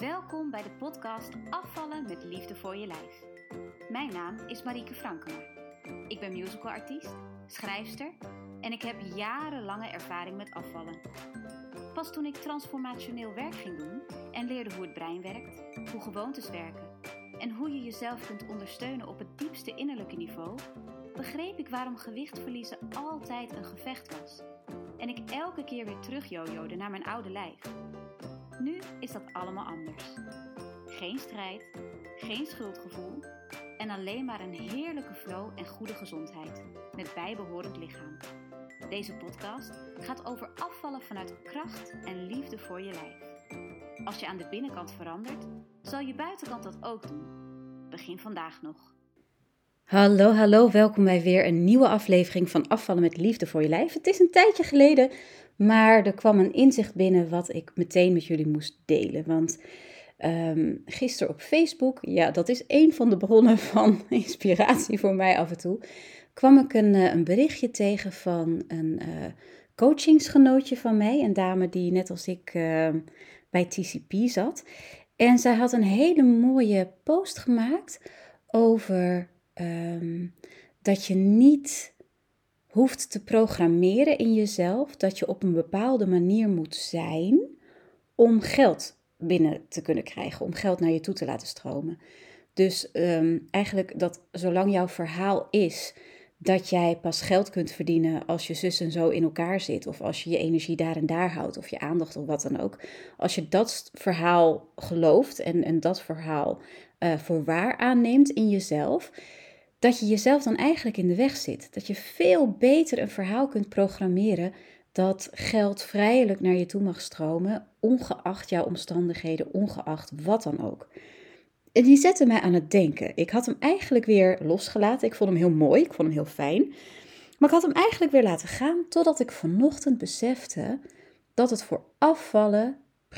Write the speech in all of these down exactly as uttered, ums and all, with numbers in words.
Welkom bij de podcast Afvallen met liefde voor je lijf. Mijn naam is Marieke Frankema. Ik ben musicalartiest, schrijfster en ik heb jarenlange ervaring met afvallen. Pas toen ik transformationeel werk ging doen en leerde hoe het brein werkt, hoe gewoontes werken en hoe je jezelf kunt ondersteunen op het diepste innerlijke niveau, begreep ik waarom gewicht verliezen altijd een gevecht was. En ik elke keer weer terug jojode naar mijn oude lijf. Nu is dat allemaal anders. Geen strijd, geen schuldgevoel en alleen maar een heerlijke flow en goede gezondheid met bijbehorend lichaam. Deze podcast gaat over afvallen vanuit kracht en liefde voor je lijf. Als je aan de binnenkant verandert, zal je buitenkant dat ook doen. Begin vandaag nog. Hallo, hallo, welkom bij weer een nieuwe aflevering van Afvallen met liefde voor je lijf. Het is een tijdje geleden, maar er kwam een inzicht binnen wat ik meteen met jullie moest delen. Want um, gisteren op Facebook, ja, dat is één van de bronnen van inspiratie voor mij af en toe, kwam ik een, een berichtje tegen van een uh, coachingsgenootje van mij, een dame die net als ik uh, bij T C P zat. En zij had een hele mooie post gemaakt over um, dat je niet hoeft te programmeren in jezelf, dat je op een bepaalde manier moet zijn om geld binnen te kunnen krijgen, om geld naar je toe te laten stromen. Dus um, eigenlijk dat zolang jouw verhaal is dat jij pas geld kunt verdienen als je zus en zo in elkaar zit, of als je je energie daar en daar houdt, of je aandacht of wat dan ook. Als je dat verhaal gelooft en, en dat verhaal uh, voor waar aanneemt in jezelf, dat je jezelf dan eigenlijk in de weg zit. Dat je veel beter een verhaal kunt programmeren dat geld vrijelijk naar je toe mag stromen, ongeacht jouw omstandigheden, ongeacht wat dan ook. En die zette mij aan het denken. Ik had hem eigenlijk weer losgelaten. Ik vond hem heel mooi, ik vond hem heel fijn. Maar ik had hem eigenlijk weer laten gaan, totdat ik vanochtend besefte dat het voor afvallen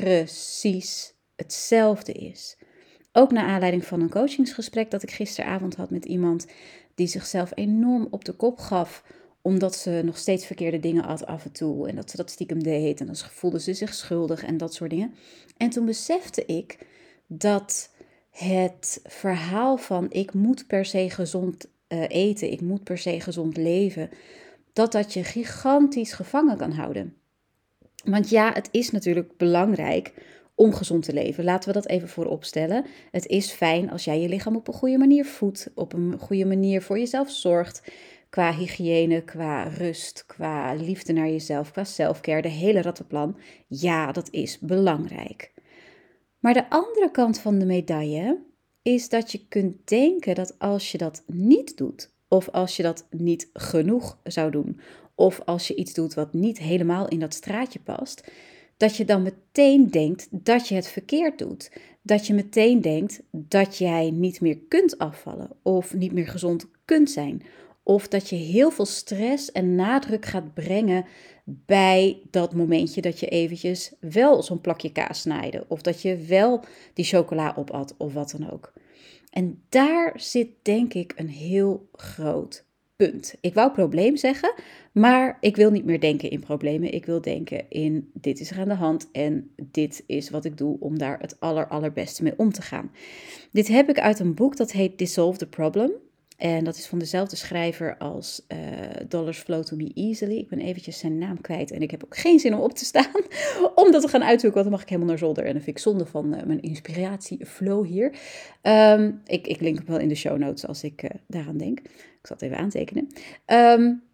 precies hetzelfde is. Ook naar aanleiding van een coachingsgesprek dat ik gisteravond had met iemand die zichzelf enorm op de kop gaf, omdat ze nog steeds verkeerde dingen had af en toe en dat ze dat stiekem deed en dan voelde ze zich schuldig en dat soort dingen. En toen besefte ik dat het verhaal van ik moet per se gezond uh, eten, ik moet per se gezond leven, dat dat je gigantisch gevangen kan houden. Want ja, het is natuurlijk belangrijk om gezond te leven. Laten we dat even voorop stellen. Het is fijn als jij je lichaam op een goede manier voedt, op een goede manier voor jezelf zorgt, qua hygiëne, qua rust, qua liefde naar jezelf, qua selfcare, de hele rattenplan. Ja, dat is belangrijk. Maar de andere kant van de medaille is dat je kunt denken dat als je dat niet doet, of als je dat niet genoeg zou doen, of als je iets doet wat niet helemaal in dat straatje past, dat je dan meteen denkt dat je het verkeerd doet. Dat je meteen denkt dat jij niet meer kunt afvallen of niet meer gezond kunt zijn. Of dat je heel veel stress en nadruk gaat brengen bij dat momentje dat je eventjes wel zo'n plakje kaas snijdt. Of dat je wel die chocola opat of wat dan ook. En daar zit denk ik een heel groot punt. Ik wou probleem zeggen, maar ik wil niet meer denken in problemen. Ik wil denken in dit is er aan de hand en dit is wat ik doe om daar het aller allerbeste mee om te gaan. Dit heb ik uit een boek dat heet Dissolve the Problem. En dat is van dezelfde schrijver als uh, Dollars Flow to Me Easily. Ik ben eventjes zijn naam kwijt en ik heb ook geen zin om op te staan. Om dat te gaan uitzoeken, want dan mag ik helemaal naar zolder. En dan vind ik zonde van uh, mijn inspiratieflow hier. Um, ik, ik link hem wel in de show notes als ik uh, daaraan denk. Ik zal het even aantekenen. Um,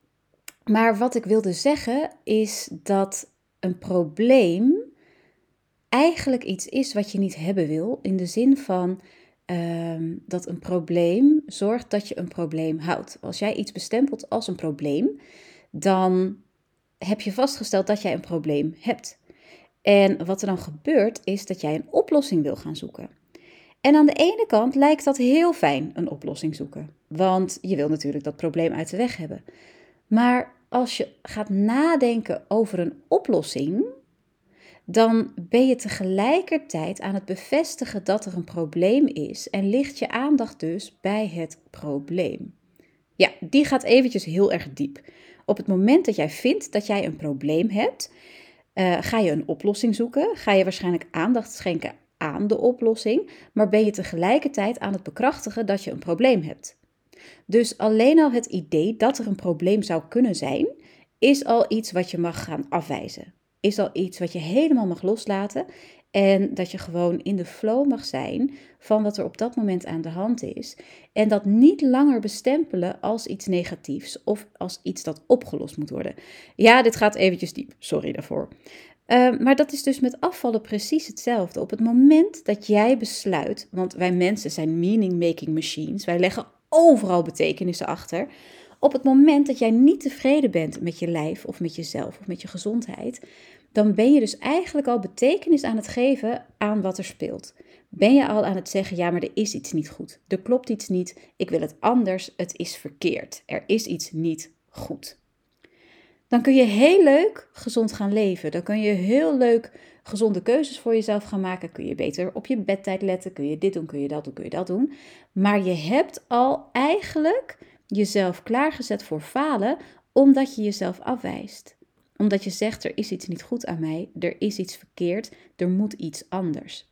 maar wat ik wilde zeggen is dat een probleem eigenlijk iets is wat je niet hebben wil. In de zin van Um, dat een probleem zorgt dat je een probleem houdt. Als jij iets bestempelt als een probleem, dan heb je vastgesteld dat jij een probleem hebt. En wat er dan gebeurt, is dat jij een oplossing wil gaan zoeken. En aan de ene kant lijkt dat heel fijn, een oplossing zoeken. Want je wil natuurlijk dat probleem uit de weg hebben. Maar als je gaat nadenken over een oplossing, dan ben je tegelijkertijd aan het bevestigen dat er een probleem is en ligt je aandacht dus bij het probleem. Ja, die gaat eventjes heel erg diep. Op het moment dat jij vindt dat jij een probleem hebt, uh, ga je een oplossing zoeken, ga je waarschijnlijk aandacht schenken aan de oplossing, maar ben je tegelijkertijd aan het bekrachtigen dat je een probleem hebt. Dus alleen al het idee dat er een probleem zou kunnen zijn, is al iets wat je mag gaan afwijzen. Is al iets wat je helemaal mag loslaten en dat je gewoon in de flow mag zijn van wat er op dat moment aan de hand is. En dat niet langer bestempelen als iets negatiefs of als iets dat opgelost moet worden. Ja, dit gaat eventjes diep, sorry daarvoor. Uh, maar dat is dus met afvallen precies hetzelfde. Op het moment dat jij besluit, want wij mensen zijn meaning-making machines, wij leggen overal betekenissen achter. Op het moment dat jij niet tevreden bent met je lijf of met jezelf of met je gezondheid, dan ben je dus eigenlijk al betekenis aan het geven aan wat er speelt. Ben je al aan het zeggen, ja, maar er is iets niet goed. Er klopt iets niet, ik wil het anders, het is verkeerd. Er is iets niet goed. Dan kun je heel leuk gezond gaan leven. Dan kun je heel leuk gezonde keuzes voor jezelf gaan maken. Kun je beter op je bedtijd letten. Kun je dit doen, kun je dat doen, kun je dat doen. Maar je hebt al eigenlijk jezelf klaargezet voor falen, omdat je jezelf afwijst. Omdat je zegt, er is iets niet goed aan mij. Er is iets verkeerd. Er moet iets anders.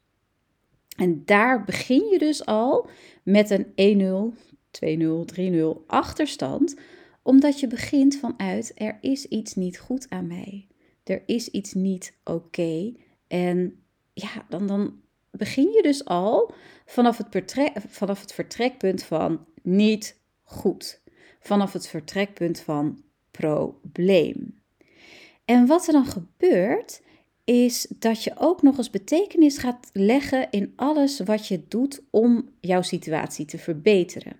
En daar begin je dus al met een één nul, twee nul, drie nul achterstand, omdat je begint vanuit, er is iets niet goed aan mij. Er is iets niet oké. En ja, dan, dan begin je dus al vanaf het, vertrek, vanaf het vertrekpunt van niet goed. Vanaf het vertrekpunt van probleem. En wat er dan gebeurt, is dat je ook nog eens betekenis gaat leggen in alles wat je doet om jouw situatie te verbeteren.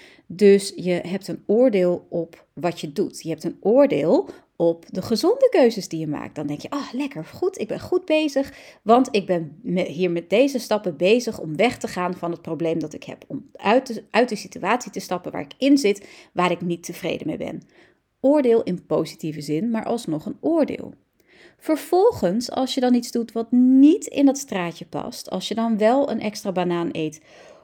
Dus je hebt een oordeel op wat je doet. Je hebt een oordeel op de gezonde keuzes die je maakt. Dan denk je, ah, oh, lekker, goed, ik ben goed bezig, want ik ben hier met deze stappen bezig om weg te gaan van het probleem dat ik heb. Om uit de, uit de situatie te stappen waar ik in zit, waar ik niet tevreden mee ben. Oordeel in positieve zin, maar alsnog een oordeel. Vervolgens, als je dan iets doet wat niet in dat straatje past, als je dan wel een extra banaan eet,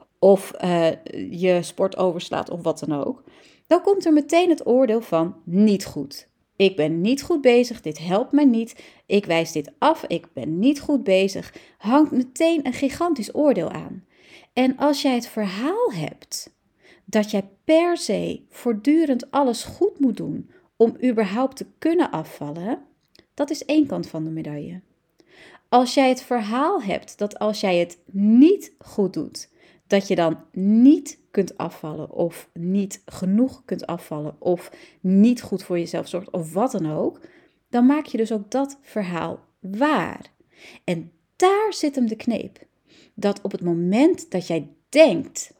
of uh, je sport overslaat of wat dan ook, dan komt er meteen het oordeel van niet goed. Ik ben niet goed bezig, dit helpt mij niet, ik wijs dit af, ik ben niet goed bezig. Hangt meteen een gigantisch oordeel aan. En als jij het verhaal hebt dat jij per se voortdurend alles goed moet doen om überhaupt te kunnen afvallen, dat is één kant van de medaille. Als jij het verhaal hebt dat als jij het niet goed doet, dat je dan niet kunt afvallen of niet genoeg kunt afvallen of niet goed voor jezelf zorgt of wat dan ook, dan maak je dus ook dat verhaal waar. En daar zit hem de kneep. Dat op het moment dat jij denkt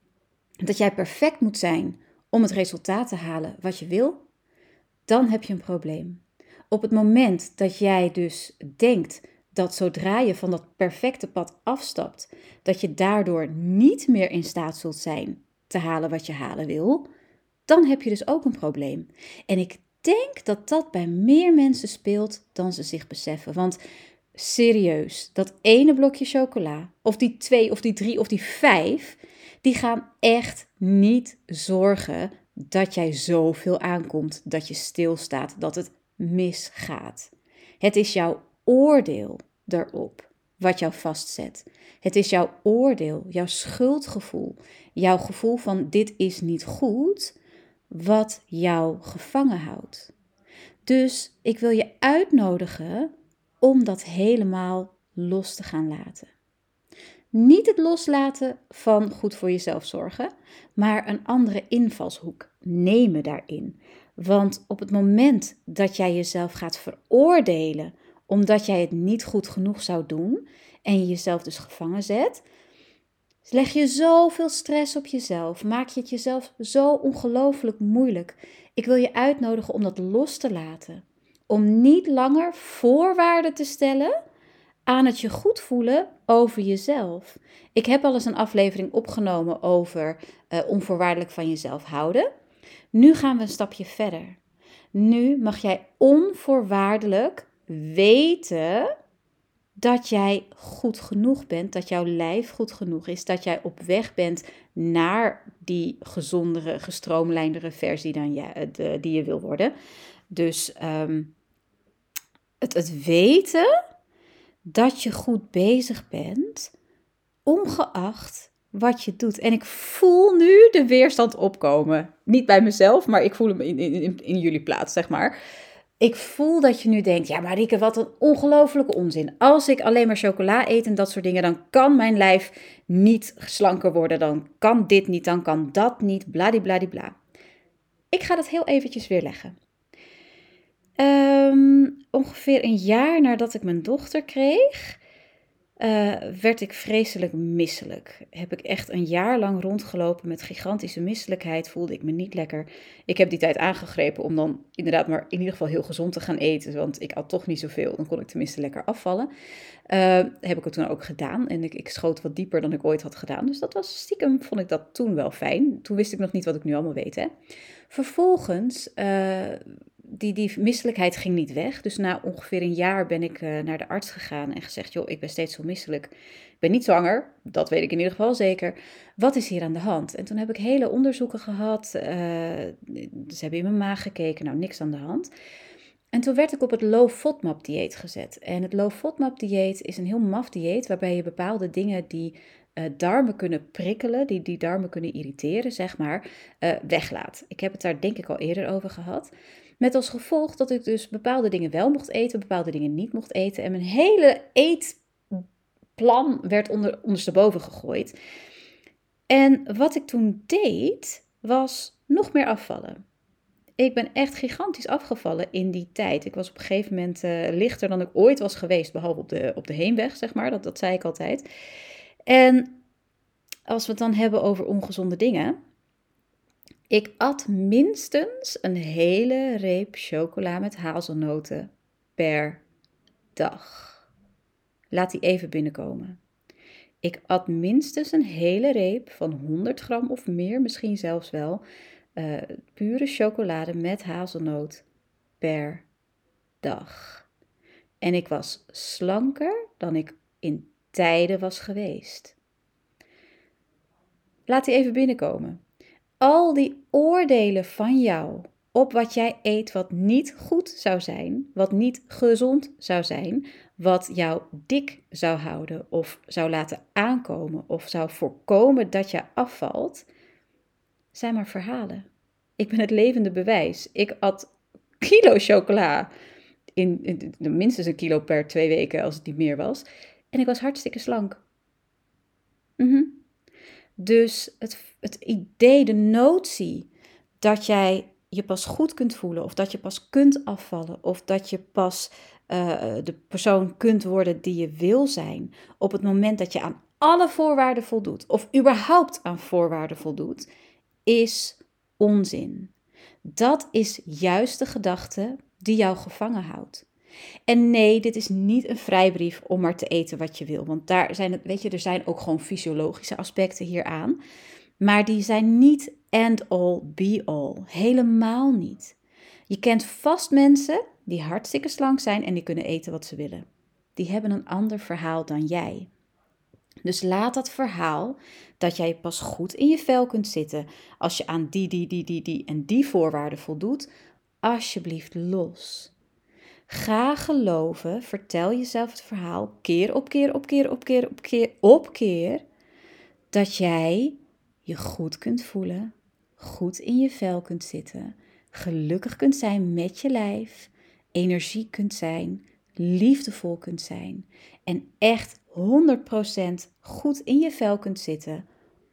dat jij perfect moet zijn om het resultaat te halen wat je wil, dan heb je een probleem. Op het moment dat jij dus denkt dat zodra je van dat perfecte pad afstapt, dat je daardoor niet meer in staat zult zijn te halen wat je halen wil, dan heb je dus ook een probleem. En ik denk dat dat bij meer mensen speelt dan ze zich beseffen. Want serieus, dat ene blokje chocola, of die twee, of die drie, of die vijf, die gaan echt niet zorgen dat jij zoveel aankomt, dat je stilstaat, dat het misgaat. Het is jouw oordeel erop wat jou vastzet. Het is jouw oordeel, jouw schuldgevoel, jouw gevoel van dit is niet goed, wat jou gevangen houdt. Dus ik wil je uitnodigen om dat helemaal los te gaan laten. Niet het loslaten van goed voor jezelf zorgen, maar een andere invalshoek nemen daarin. Want op het moment dat jij jezelf gaat veroordelen omdat jij het niet goed genoeg zou doen en je jezelf dus gevangen zet, leg je zoveel stress op jezelf, maak je het jezelf zo ongelooflijk moeilijk. Ik wil je uitnodigen om dat los te laten. Om niet langer voorwaarden te stellen aan het je goed voelen over jezelf. Ik heb al eens een aflevering opgenomen over uh, onvoorwaardelijk van jezelf houden. Nu gaan we een stapje verder. Nu mag jij onvoorwaardelijk weten dat jij goed genoeg bent, dat jouw lijf goed genoeg is, dat jij op weg bent naar die gezondere, gestroomlijndere versie dan je, de, die je wil worden. Dus um, het, het weten dat je goed bezig bent, ongeacht wat je doet. En ik voel nu de weerstand opkomen. Niet bij mezelf, maar ik voel hem in, in, in jullie plaats, zeg maar. Ik voel dat je nu denkt, ja Marieke, wat een ongelofelijke onzin. Als ik alleen maar chocola eet en dat soort dingen, dan kan mijn lijf niet slanker worden. Dan kan dit niet, dan kan dat niet, bladibladibla. Ik ga dat heel eventjes weerleggen. Um, ongeveer een jaar nadat ik mijn dochter kreeg, uh, werd ik vreselijk misselijk. Heb ik echt een jaar lang rondgelopen met gigantische misselijkheid, voelde ik me niet lekker. Ik heb die tijd aangegrepen om dan inderdaad maar in ieder geval heel gezond te gaan eten, want ik at toch niet zoveel, dan kon ik tenminste lekker afvallen. Uh, heb ik het toen ook gedaan en ik, ik schoot wat dieper dan ik ooit had gedaan, dus dat was stiekem, vond ik dat toen wel fijn. Toen wist ik nog niet wat ik nu allemaal weet, hè. Vervolgens, uh, die, die misselijkheid ging niet weg. Dus na ongeveer een jaar ben ik uh, naar de arts gegaan en gezegd, joh, ik ben steeds zo misselijk. Ik ben niet zwanger, dat weet ik in ieder geval zeker. Wat is hier aan de hand? En toen heb ik hele onderzoeken gehad. Uh, ze hebben in mijn maag gekeken, nou niks aan de hand. En toen werd ik op het low FODMAP dieet gezet. En het low FODMAP dieet is een heel maf dieet waarbij je bepaalde dingen die uh, darmen kunnen prikkelen, die, die darmen kunnen irriteren, zeg maar, uh, weglaat. Ik heb het daar denk ik al eerder over gehad. Met als gevolg dat ik dus bepaalde dingen wel mocht eten, bepaalde dingen niet mocht eten. En mijn hele eetplan werd onder, ondersteboven gegooid. En wat ik toen deed, was nog meer afvallen. Ik ben echt gigantisch afgevallen in die tijd. Ik was op een gegeven moment uh, lichter dan ik ooit was geweest, behalve op de, op de heenweg, zeg maar. Dat, dat zei ik altijd. En als we het dan hebben over ongezonde dingen. Ik at minstens een hele reep chocola met hazelnoten per dag. Laat die even binnenkomen. Ik at minstens een hele reep van honderd gram of meer, misschien zelfs wel, uh, pure chocolade met hazelnoot per dag. En ik was slanker dan ik in tijden was geweest. Laat die even binnenkomen. Al die oordelen van jou op wat jij eet wat niet goed zou zijn, wat niet gezond zou zijn, wat jou dik zou houden of zou laten aankomen of zou voorkomen dat je afvalt, zijn maar verhalen. Ik ben het levende bewijs. Ik at kilo chocola, in, in, in minstens een kilo per twee weken als het niet meer was, en ik was hartstikke slank. Mm-hmm. Dus het, het idee, de notie dat jij je pas goed kunt voelen of dat je pas kunt afvallen of dat je pas uh, de persoon kunt worden die je wil zijn op het moment dat je aan alle voorwaarden voldoet of überhaupt aan voorwaarden voldoet, is onzin. Dat is juist de gedachte die jou gevangen houdt. En nee, dit is niet een vrijbrief om maar te eten wat je wil. Want daar zijn het, weet je, er zijn ook gewoon fysiologische aspecten hieraan. Maar die zijn niet end all be all. Helemaal niet. Je kent vast mensen die hartstikke slank zijn en die kunnen eten wat ze willen. Die hebben een ander verhaal dan jij. Dus laat dat verhaal dat jij pas goed in je vel kunt zitten als je aan die, die, die, die, die en die voorwaarden voldoet, alsjeblieft los. Ga geloven, vertel jezelf het verhaal keer op keer op keer op keer op keer op keer dat jij je goed kunt voelen, goed in je vel kunt zitten, gelukkig kunt zijn met je lijf, energiek kunt zijn, liefdevol kunt zijn en echt honderd procent goed in je vel kunt zitten,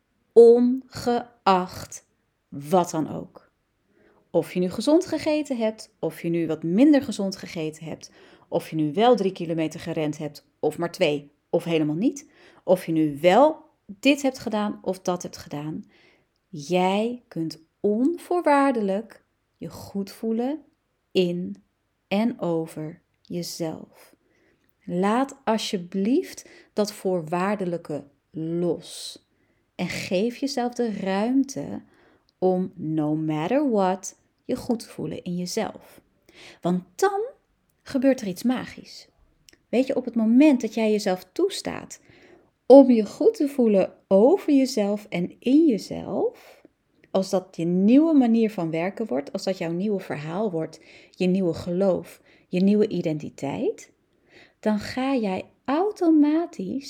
ongeacht wat dan ook. Of je nu gezond gegeten hebt, of je nu wat minder gezond gegeten hebt, of je nu wel drie kilometer gerend hebt, of maar twee, of helemaal niet. Of je nu wel dit hebt gedaan, of dat hebt gedaan. Jij kunt onvoorwaardelijk je goed voelen in en over jezelf. Laat alsjeblieft dat voorwaardelijke los. En geef jezelf de ruimte om no matter what je goed te voelen in jezelf. Want dan gebeurt er iets magisch. Weet je, op het moment dat jij jezelf toestaat om je goed te voelen over jezelf en in jezelf, als dat je nieuwe manier van werken wordt, als dat jouw nieuwe verhaal wordt, je nieuwe geloof, je nieuwe identiteit, dan ga jij automatisch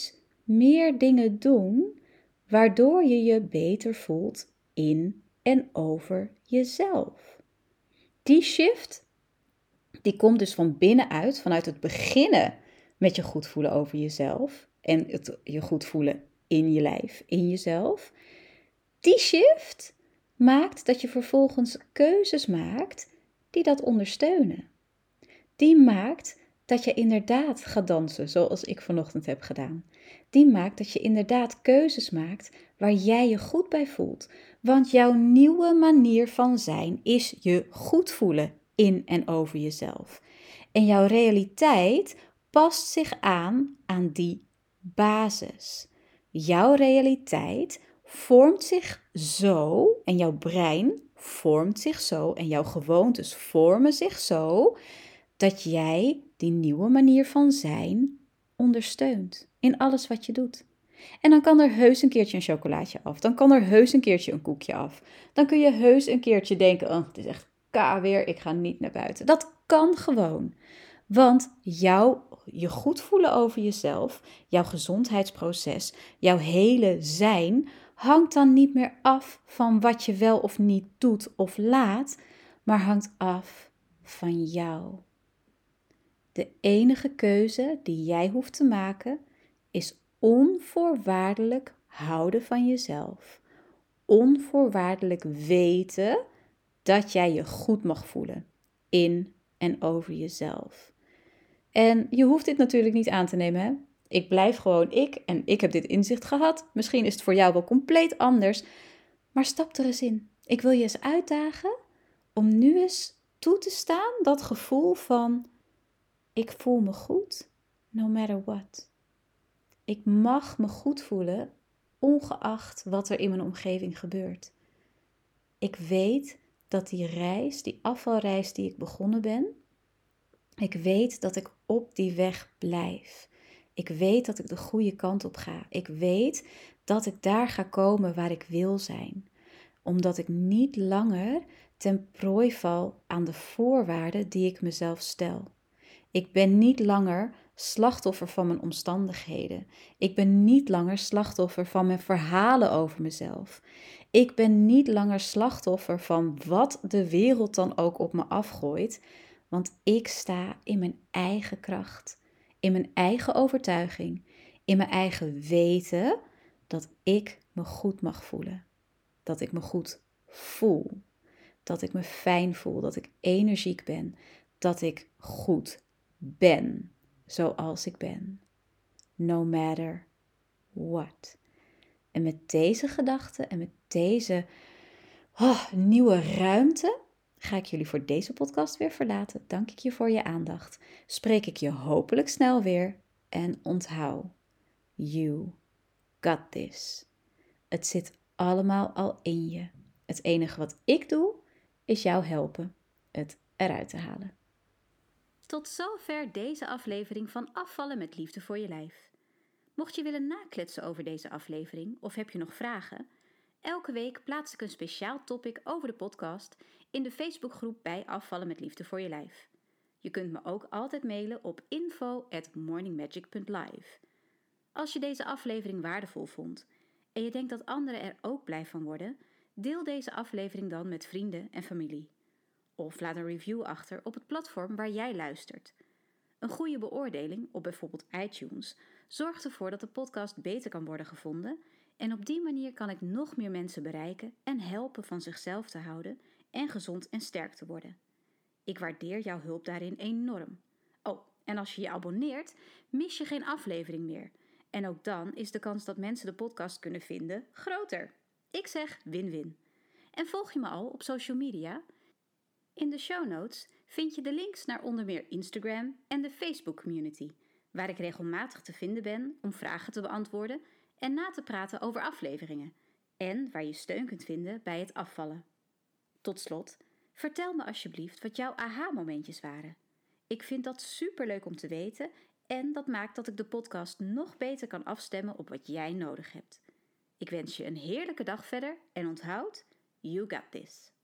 meer dingen doen waardoor je je beter voelt in en over jezelf. Die shift, die komt dus van binnenuit, vanuit het beginnen met je goed voelen over jezelf en het je goed voelen in je lijf, in jezelf. Die shift maakt dat je vervolgens keuzes maakt die dat ondersteunen. Die maakt dat je inderdaad gaat dansen, zoals ik vanochtend heb gedaan. Die maakt dat je inderdaad keuzes maakt waar jij je goed bij voelt. Want jouw nieuwe manier van zijn is je goed voelen in en over jezelf. En jouw realiteit past zich aan aan die basis. Jouw realiteit vormt zich zo en jouw brein vormt zich zo en jouw gewoontes vormen zich zo dat jij die nieuwe manier van zijn ondersteunt in alles wat je doet. En dan kan er heus een keertje een chocolaatje af. Dan kan er heus een keertje een koekje af. Dan kun je heus een keertje denken, oh, het is echt ka weer, ik ga niet naar buiten. Dat kan gewoon. Want jouw, je goed voelen over jezelf, jouw gezondheidsproces, jouw hele zijn, hangt dan niet meer af van wat je wel of niet doet of laat, maar hangt af van jou. De enige keuze die jij hoeft te maken is onvoorwaardelijk houden van jezelf. Onvoorwaardelijk weten dat jij je goed mag voelen in en over jezelf. En je hoeft dit natuurlijk niet aan te nemen, hè? Ik blijf gewoon ik en ik heb dit inzicht gehad. Misschien is het voor jou wel compleet anders, maar stap er eens in. Ik wil je eens uitdagen om nu eens toe te staan dat gevoel van ik voel me goed, no matter what. Ik mag me goed voelen, ongeacht wat er in mijn omgeving gebeurt. Ik weet dat die reis, die afvalreis die ik begonnen ben, ik weet dat ik op die weg blijf. Ik weet dat ik de goede kant op ga. Ik weet dat ik daar ga komen waar ik wil zijn. Omdat ik niet langer ten prooi val aan de voorwaarden die ik mezelf stel. Ik ben niet langer slachtoffer van mijn omstandigheden. Ik ben niet langer slachtoffer van mijn verhalen over mezelf. Ik ben niet langer slachtoffer van wat de wereld dan ook op me afgooit. Want ik sta in mijn eigen kracht, in mijn eigen overtuiging, in mijn eigen weten dat ik me goed mag voelen. Dat ik me goed voel. Dat ik me fijn voel, dat ik energiek ben, dat ik goed ben zoals ik ben. No matter what. En met deze gedachten en met deze oh, nieuwe ruimte ga ik jullie voor deze podcast weer verlaten. Dank ik je voor je aandacht. Spreek ik je hopelijk snel weer. En onthoud, you got this. Het zit allemaal al in je. Het enige wat ik doe, is jou helpen het eruit te halen. Tot zover deze aflevering van Afvallen met Liefde voor je lijf. Mocht je willen nakletsen over deze aflevering of heb je nog vragen, elke week plaats ik een speciaal topic over de podcast in de Facebookgroep bij Afvallen met Liefde voor je lijf. Je kunt me ook altijd mailen op info at morningmagic dot live. Als je deze aflevering waardevol vond en je denkt dat anderen er ook blij van worden, deel deze aflevering dan met vrienden en familie. Of laat een review achter op het platform waar jij luistert. Een goede beoordeling op bijvoorbeeld iTunes zorgt ervoor dat de podcast beter kan worden gevonden en op die manier kan ik nog meer mensen bereiken en helpen van zichzelf te houden en gezond en sterk te worden. Ik waardeer jouw hulp daarin enorm. Oh, en als je je abonneert, mis je geen aflevering meer. En ook dan is de kans dat mensen de podcast kunnen vinden groter. Ik zeg win-win. En volg je me al op social media? In de show notes vind je de links naar onder meer Instagram en de Facebook community, waar ik regelmatig te vinden ben om vragen te beantwoorden en na te praten over afleveringen, en waar je steun kunt vinden bij het afvallen. Tot slot, vertel me alsjeblieft wat jouw aha-momentjes waren. Ik vind dat superleuk om te weten en dat maakt dat ik de podcast nog beter kan afstemmen op wat jij nodig hebt. Ik wens je een heerlijke dag verder en onthoud, you got this.